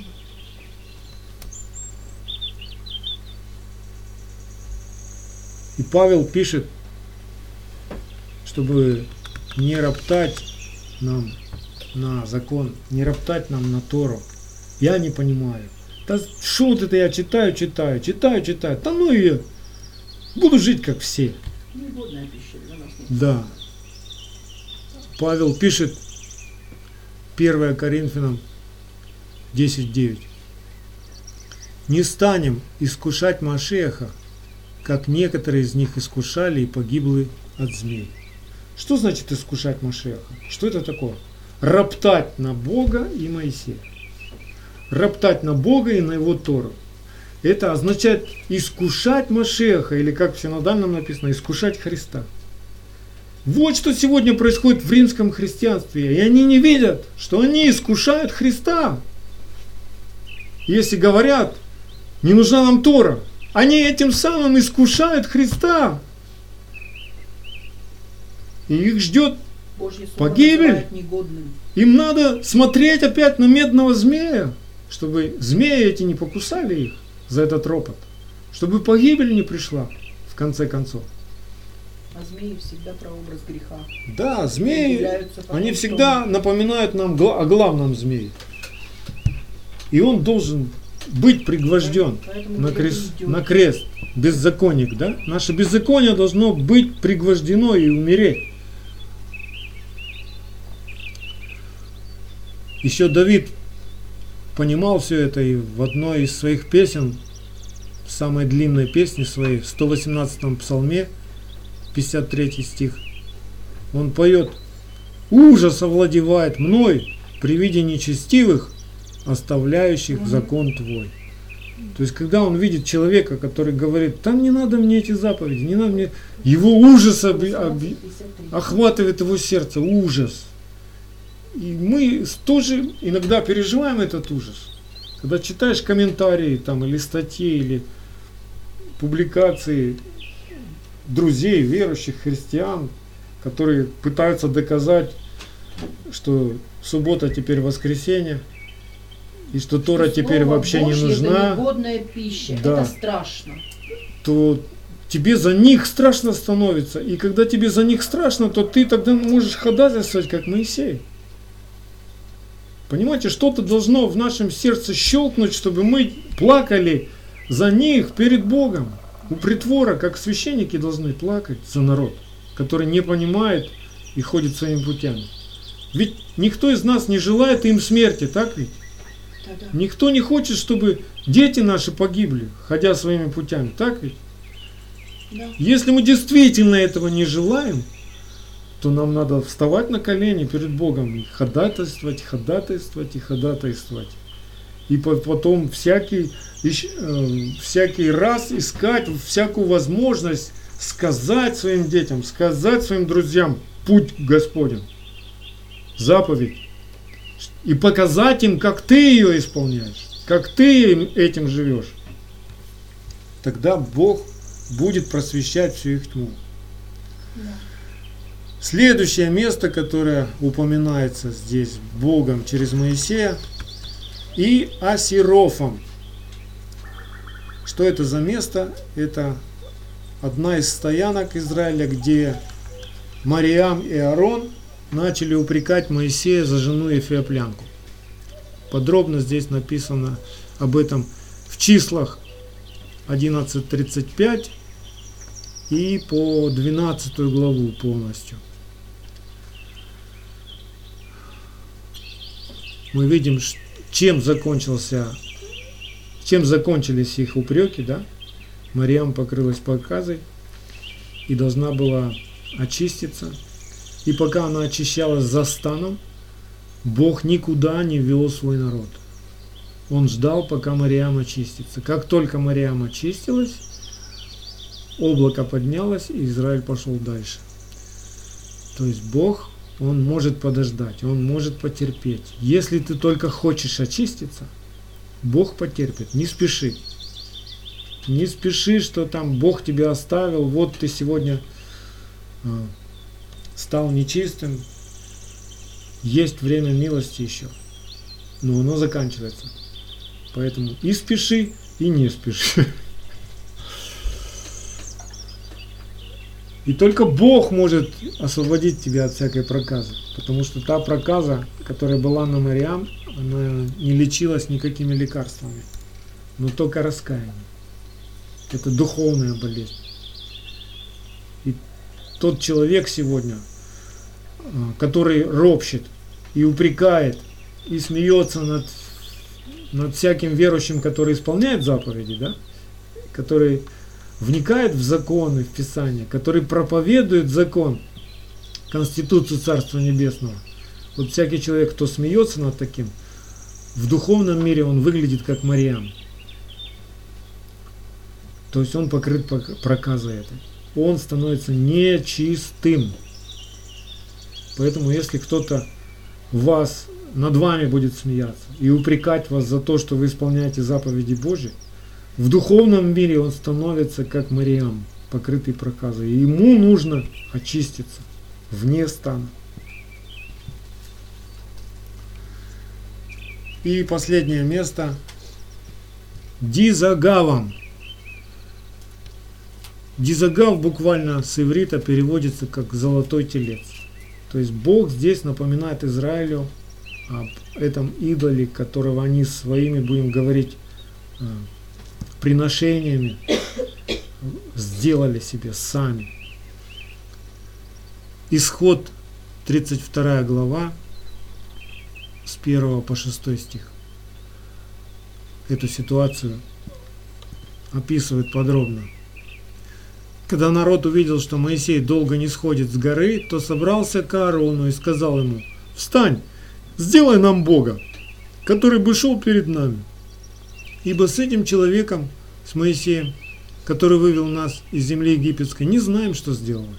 [SPEAKER 1] И Павел пишет, чтобы не роптать нам на закон, не роптать нам на Тору. Я не понимаю. Да что вот это я читаю. Да ну ее. Буду жить как все.
[SPEAKER 2] Негодная пища для нас.
[SPEAKER 1] Да. Павел пишет 1 Коринфянам 10:9. Не станем искушать Машеха, как некоторые из них искушали и погибли от змей. Что значит искушать Машеха? Что это такое? Роптать на Бога и Моисея. Роптать на Бога и на Его Тору. Это означает искушать Машеха, или как в синодальном написано, искушать Христа. Вот что сегодня происходит в римском христианстве. И они не видят, что они искушают Христа. Если говорят, не нужна нам Тора, они этим самым искушают Христа. И их ждет погибель. Им надо смотреть опять на медного змея, чтобы змеи эти не покусали их за этот ропот, чтобы погибель не пришла в конце концов.
[SPEAKER 2] А змеи всегда прообраз греха.
[SPEAKER 1] Да, змеи, они всегда напоминают нам о главном змее. И он должен быть пригвожден на крест. Беззаконник, да? Наше беззаконие должно быть пригвождено и умереть. Еще Давид понимал все это, и в одной из своих песен, в самой длинной песне своей, в 118-м псалме, 53 стих, он поет: «Ужас овладевает мной при виде нечестивых, оставляющих закон Твой». То есть, когда он видит человека, который говорит: «Там не надо мне эти заповеди, не надо мне...» Его ужас охватывает его сердце, ужас. И мы тоже иногда переживаем этот ужас. Когда читаешь комментарии там, или статьи, или публикации друзей, верующих христиан, которые пытаются доказать, что суббота теперь воскресенье, и что Тора теперь вообще не нужна.
[SPEAKER 2] Это негодная пища,
[SPEAKER 1] да,
[SPEAKER 2] это страшно.
[SPEAKER 1] То тебе за них страшно становится. И когда тебе за них страшно, то ты тогда можешь ходатайствовать, как Моисей. Понимаете, что-то должно в нашем сердце щелкнуть, чтобы мы плакали за них перед Богом. У притвора, как священники, должны плакать за народ, который не понимает и ходит своими путями. Ведь никто из нас не желает им смерти, так ведь?
[SPEAKER 2] Да-да.
[SPEAKER 1] Никто не хочет, чтобы дети наши погибли, ходя своими путями, так ведь?
[SPEAKER 2] Да.
[SPEAKER 1] Если мы действительно этого не желаем, то нам надо вставать на колени перед Богом и ходатайствовать, ходатайствовать и ходатайствовать. И потом всякий раз искать всякую возможность сказать своим детям, сказать своим друзьям путь Господень, заповедь. И показать им, как ты ее исполняешь, как ты этим живешь. Тогда Бог будет просвещать всю их тьму.
[SPEAKER 2] Да.
[SPEAKER 1] Следующее место, которое упоминается здесь Богом через Моисея, и Асирофом. Что это за место? Это одна из стоянок Израиля, где Мариам и Аарон начали упрекать Моисея за жену эфиоплянку. Подробно здесь написано об этом в числах 11:35 и по 12 главу полностью. Мы видим, чем закончились их упреки, да? Мариам покрылась проказой и должна была очиститься. И пока она очищалась за станом, Бог никуда не вел свой народ. Он ждал, пока Мариам очистится. Как только Мариам очистилась, облако поднялось, и Израиль пошел дальше. То есть Бог, Он может подождать, Он может потерпеть. Если ты только хочешь очиститься, Бог потерпит, не спеши. Не спеши, что там Бог тебя оставил, вот ты сегодня стал нечистым. Есть время милости еще, но оно заканчивается. Поэтому и спеши, и не спеши. И только Бог может освободить тебя от всякой проказы. Потому что та проказа, которая была на Мариам, она не лечилась никакими лекарствами, но только раскаянием. Это духовная болезнь. И тот человек сегодня, который ропщет и упрекает, и смеется над всяким верующим, который исполняет заповеди, да? Который вникает в законы, в Писание, который проповедует закон, Конституцию Царства Небесного. Вот всякий человек, кто смеется над таким, в духовном мире он выглядит как Мариам. То есть он покрыт проказой этой. Он становится нечистым. Поэтому если кто-то над вами будет смеяться и упрекать вас за то, что вы исполняете заповеди Божьи, в духовном мире он становится как Мариам, покрытый проказой. И ему нужно очиститься вне стана. И последнее место. Дизагавам. Дизагав буквально с иврита переводится как «золотой телец». То есть Бог здесь напоминает Израилю об этом идоле, которого они своими, будем говорить, приношениями сделали себе сами. Исход 32 глава с 1 по 6 стих. Эту ситуацию описывает подробно. Когда народ увидел, что Моисей долго не сходит с горы, то собрался к Аарону и сказал ему: «Встань, сделай нам Бога, который бы шел перед нами. Ибо с этим человеком, с Моисеем, который вывел нас из земли египетской, не знаем, что сделалось».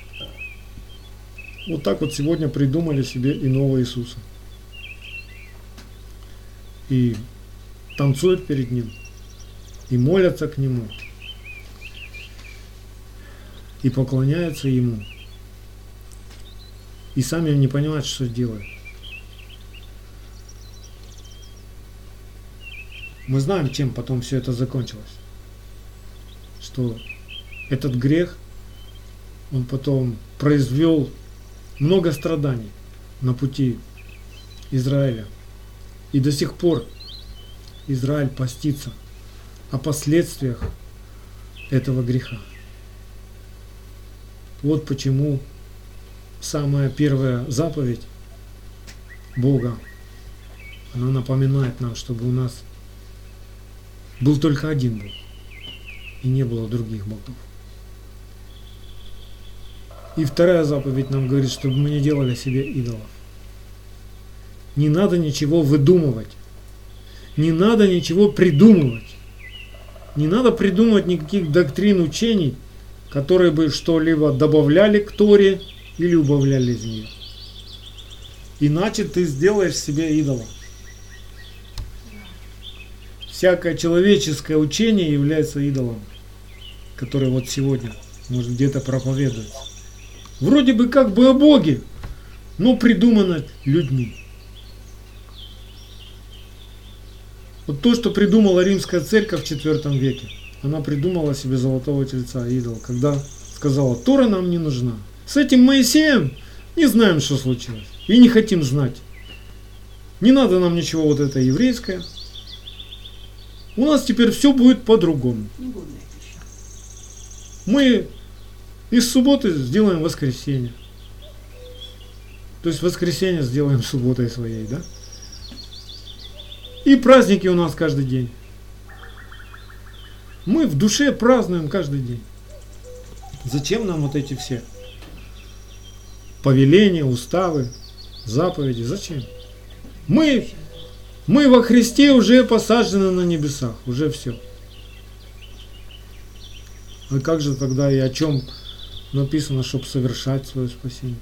[SPEAKER 1] Вот так вот сегодня придумали себе иного Иисуса. И танцуют перед Ним, и молятся к Нему, и поклоняются Ему, и сами не понимают, что делают. Мы знаем, чем потом все это закончилось. Что этот грех, он потом произвел много страданий на пути Израиля. И до сих пор Израиль постится о последствиях этого греха. Вот почему самая первая заповедь Бога, она напоминает нам, чтобы у нас был только один Бог и не было других богов. И вторая заповедь нам говорит, чтобы мы не делали себе идолов. Не надо ничего выдумывать. Не надо ничего придумывать. Не надо придумывать никаких доктрин, учений, которые бы что-либо добавляли к Торе или убавляли из нее. Иначе ты сделаешь себе идола. Всякое человеческое учение является идолом, который вот сегодня может где-то проповедуется. Вроде бы как бы о Боге, но придумано людьми. Вот то, что придумала Римская церковь в IV веке, она придумала себе золотого тельца, идол, когда сказала: Тора нам не нужна. С этим Моисеем не знаем, что случилось, и не хотим знать. Не надо нам ничего вот это еврейское. У нас теперь все будет по-другому. Мы из субботы сделаем воскресенье. То есть воскресенье сделаем субботой своей, да? И праздники у нас каждый день. Мы в душе празднуем каждый день. Зачем нам вот эти все повеления, уставы, заповеди? Зачем? Мы во Христе уже посажены на небесах, уже все. А как же тогда и о чем написано, чтобы совершать свое спасение?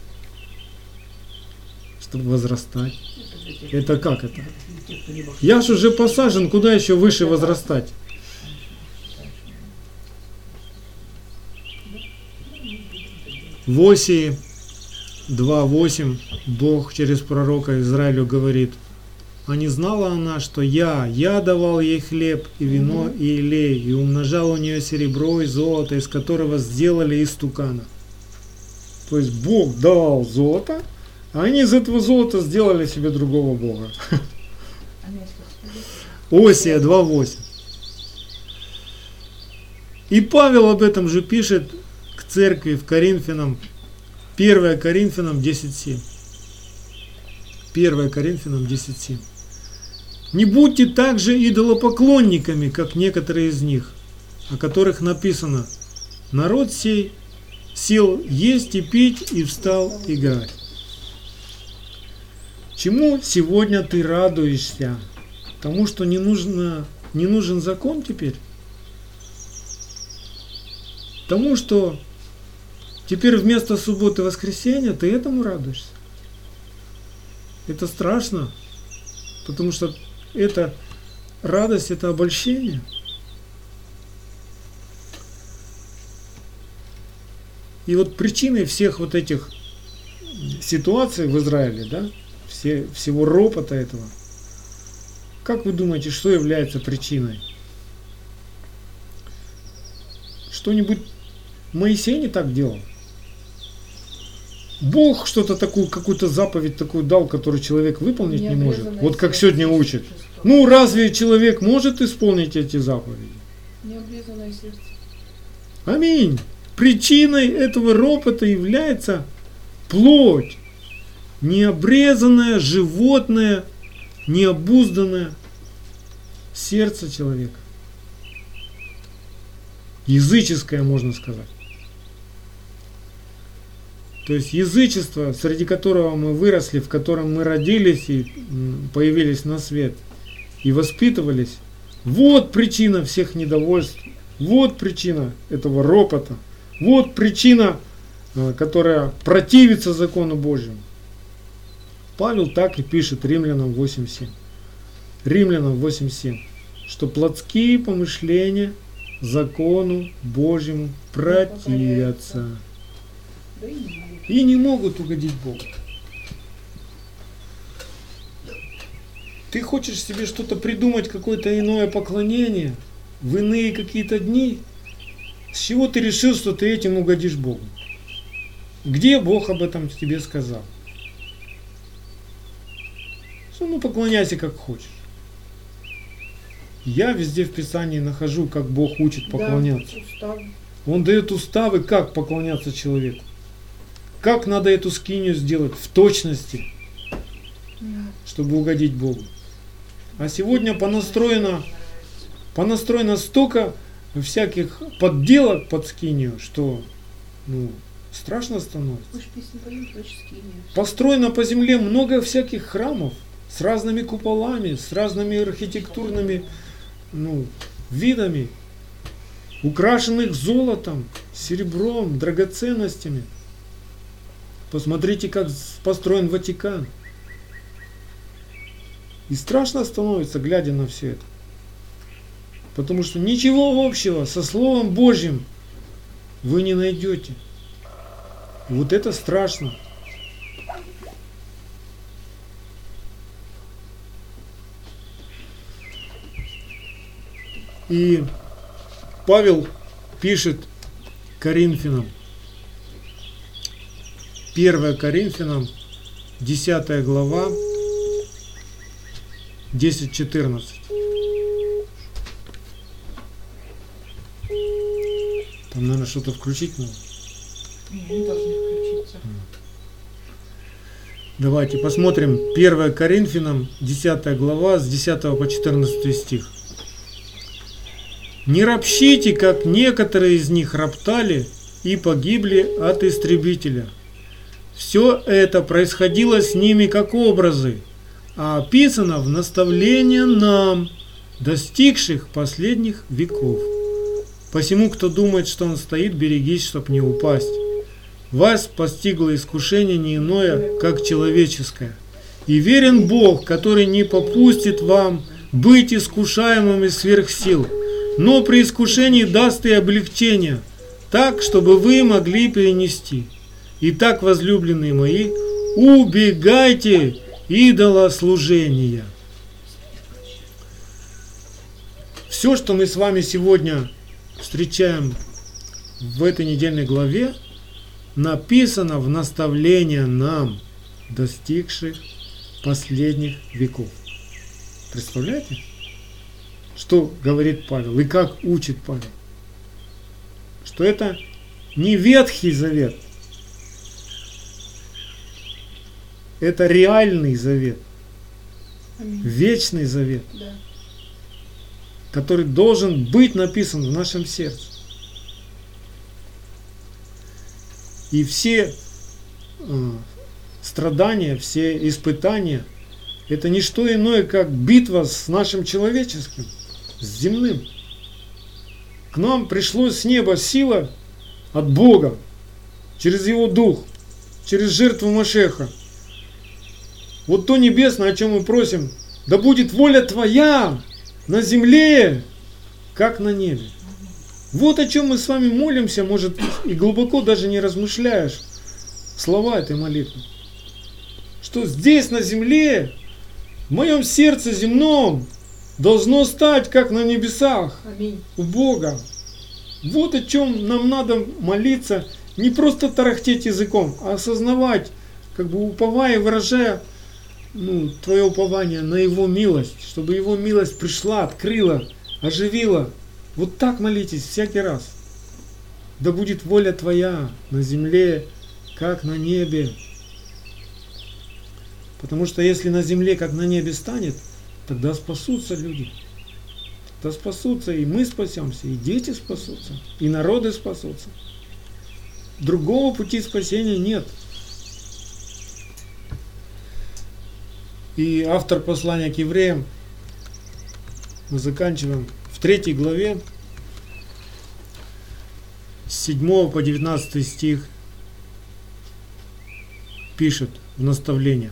[SPEAKER 1] Чтобы возрастать. Это как это? Я ж уже посажен, куда еще выше возрастать? В Осии 2:8 Бог через пророка Израилю говорит: а не знала она, что я давал ей хлеб и вино и елей, и умножал у нее серебро и золото, из которого сделали истукана. То есть Бог давал золото, а они из этого золота сделали себе другого Бога. Осия 2:8. И Павел об этом же пишет к церкви в Коринфянам, 1 Коринфянам 10:7. 1 Коринфянам 10:7. Не будьте также идолопоклонниками, как некоторые из них, о которых написано: народ сей сел есть и пить и встал играть. Чему сегодня ты радуешься? Тому, что не нужен закон теперь? Тому, что теперь вместо субботы воскресенья ты этому радуешься? Это страшно, потому что это радость, это обольщение. И вот причиной всех вот этих ситуаций в Израиле, да, всего ропота этого, как вы думаете, что является причиной? Что-нибудь Моисей не так делал? Бог что-то такую, какую-то заповедь такую дал, которую человек выполнить не может. Вот как сегодня учат. Ну, разве человек может исполнить эти заповеди?
[SPEAKER 2] Необрезанное сердце.
[SPEAKER 1] Аминь. Причиной этого ропота является плоть. Необрезанное, животное, необузданное сердце человека. Языческое, можно сказать. То есть язычество, среди которого мы выросли, в котором мы родились и появились на свет, и воспитывались, вот причина всех недовольств, вот причина этого ропота, вот причина, которая противится закону Божьему. Павел так и пишет Римлянам 8:7. Римлянам 8:7, что плотские помышления закону Божьему противятся и не могут угодить Богу. Ты хочешь себе что-то придумать, какое-то иное поклонение в иные какие-то дни, С чего ты решил, что ты этим угодишь Богу? Где Бог об этом тебе сказал? Что, ну, поклоняйся как хочешь. Я везде в Писании нахожу, как Бог учит поклоняться.
[SPEAKER 2] Да, устав.
[SPEAKER 1] Он дает уставы, как поклоняться человеку. Как надо эту скинию сделать в точности, чтобы угодить Богу. А сегодня понастроено столько всяких подделок под скинию, что страшно становится.
[SPEAKER 2] Хочешь песню поем, хочешь скинию.
[SPEAKER 1] Построено по земле много всяких храмов с разными куполами, с разными архитектурными видами, украшенных золотом, серебром, драгоценностями. Посмотрите, как построен Ватикан. И страшно становится, глядя на все это. Потому что ничего общего со Словом Божьим вы не найдете. И вот это страшно. И Павел пишет Коринфянам, 1 Коринфянам, 10 глава, 10-14. Там, наверное, что-то включить надо.
[SPEAKER 2] Не должны включиться.
[SPEAKER 1] Давайте посмотрим 1 Коринфянам, 10 глава, с 10 по 14 стих. «Не ропщите, как некоторые из них роптали и погибли от истребителя. Все это происходило с ними как образы, а описано в наставлении нам, достигших последних веков. Посему, кто думает, что он стоит, берегись, чтоб не упасть. Вас постигло искушение не иное, как человеческое. И верен Бог, который не попустит вам быть искушаемыми сверх сил, но при искушении даст и облегчение, так, чтобы вы могли перенести. Итак, возлюбленные мои, убегайте идолослужения». Все, что мы с вами сегодня встречаем в этой недельной главе, написано в наставлении нам, достигших последних веков. Представляете, что говорит Павел и как учит Павел? Что это не Ветхий Завет, это реальный завет, вечный завет, который должен быть написан в нашем сердце. И все страдания, все испытания, это не что иное, как битва с нашим человеческим, с земным. К нам пришло с неба сила от Бога, через Его Дух, через жертву Машеха. Вот то небесное, о чем мы просим, да будет воля Твоя на земле, как на небе. Вот о чем мы с вами молимся, может, и глубоко даже не размышляешь слова этой молитвы. Что здесь, на земле, в моем сердце земном, должно стать, как на небесах,
[SPEAKER 2] Аминь.
[SPEAKER 1] у Бога. Вот о чем нам надо молиться, не просто тарахтеть языком, а осознавать, как бы уповая и выражая твое упование на Его милость, чтобы Его милость пришла, открыла, оживила. Вот так молитесь всякий раз. Да будет воля Твоя на земле, как на небе. Потому что если на земле, как на небе станет, тогда спасутся люди. Тогда спасутся, и мы спасемся, и дети спасутся, и народы спасутся. Другого пути спасения нет. И автор послания к евреям, мы заканчиваем, в 3 главе, с 7 по 19 стих, пишет в наставлении.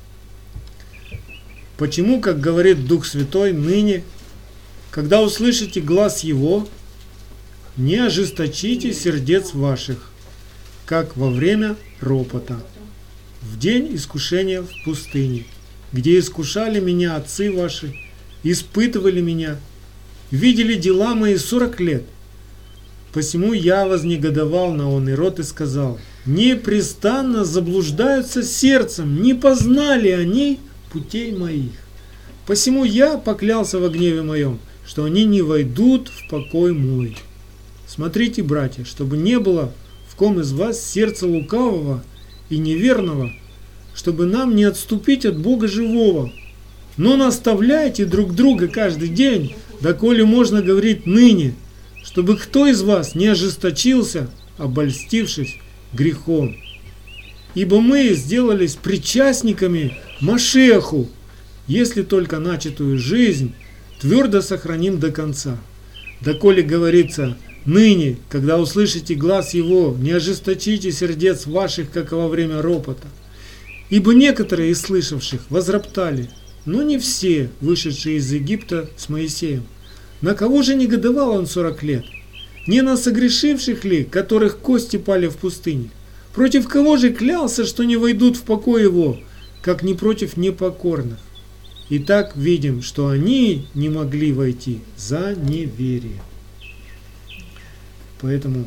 [SPEAKER 1] «Почему, как говорит Дух Святой, ныне, когда услышите глас Его, не ожесточите сердец ваших, как во время ропота, в день искушения в пустыне, где искушали меня отцы ваши, испытывали меня, видели дела мои 40 лет. Посему я вознегодовал на он и род и сказал: непрестанно заблуждаются сердцем, не познали они путей моих. Посему я поклялся во гневе моем, что они не войдут в покой мой. Смотрите, братья, чтобы не было в ком из вас сердца лукавого и неверного, чтобы нам не отступить от Бога живого. Но наставляйте друг друга каждый день, доколе можно говорить ныне, чтобы кто из вас не ожесточился, обольстившись грехом. Ибо мы сделались причастниками Машеху, если только начатую жизнь твердо сохраним до конца. Доколе говорится: ныне, когда услышите глас его, не ожесточите сердец ваших, как во время ропота. Ибо некоторые из слышавших возроптали, но не все, вышедшие из Египта с Моисеем. На кого же негодовал он 40 лет? Не на согрешивших ли, которых кости пали в пустыне? Против кого же клялся, что не войдут в покой его, как не против непокорных? Итак, видим, что они не могли войти за неверие. Поэтому,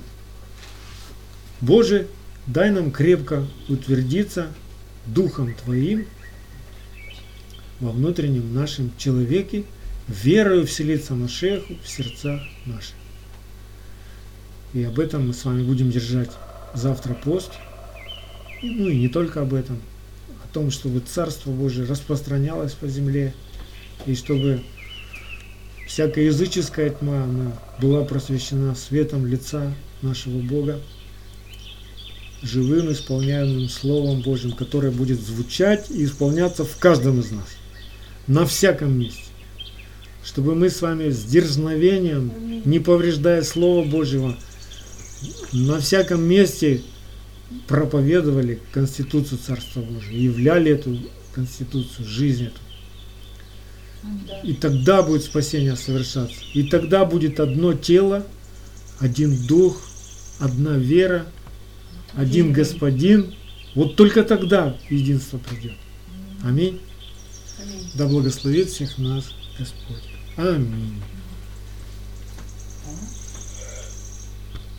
[SPEAKER 1] Боже, дай нам крепко утвердиться Духом Твоим во внутреннем нашем человеке, верою вселиться Машеху в сердцах наших. И об этом мы с вами будем держать завтра пост. Ну и не только об этом. О том, чтобы Царство Божие распространялось по земле. И чтобы всякая языческая тьма она была просвещена светом лица нашего Бога, живым исполняемым Словом Божьим, которое будет звучать и исполняться в каждом из нас. На всяком месте. Чтобы мы с вами с дерзновением, не повреждая Слова Божьего, на всяком месте проповедовали Конституцию Царства Божьего, являли эту Конституцию, жизнь эту. И тогда будет спасение совершаться. И тогда будет одно тело, один Дух, одна вера, один Господин. Вот только тогда единство придет. Аминь. Да благословит всех нас Господь. Аминь.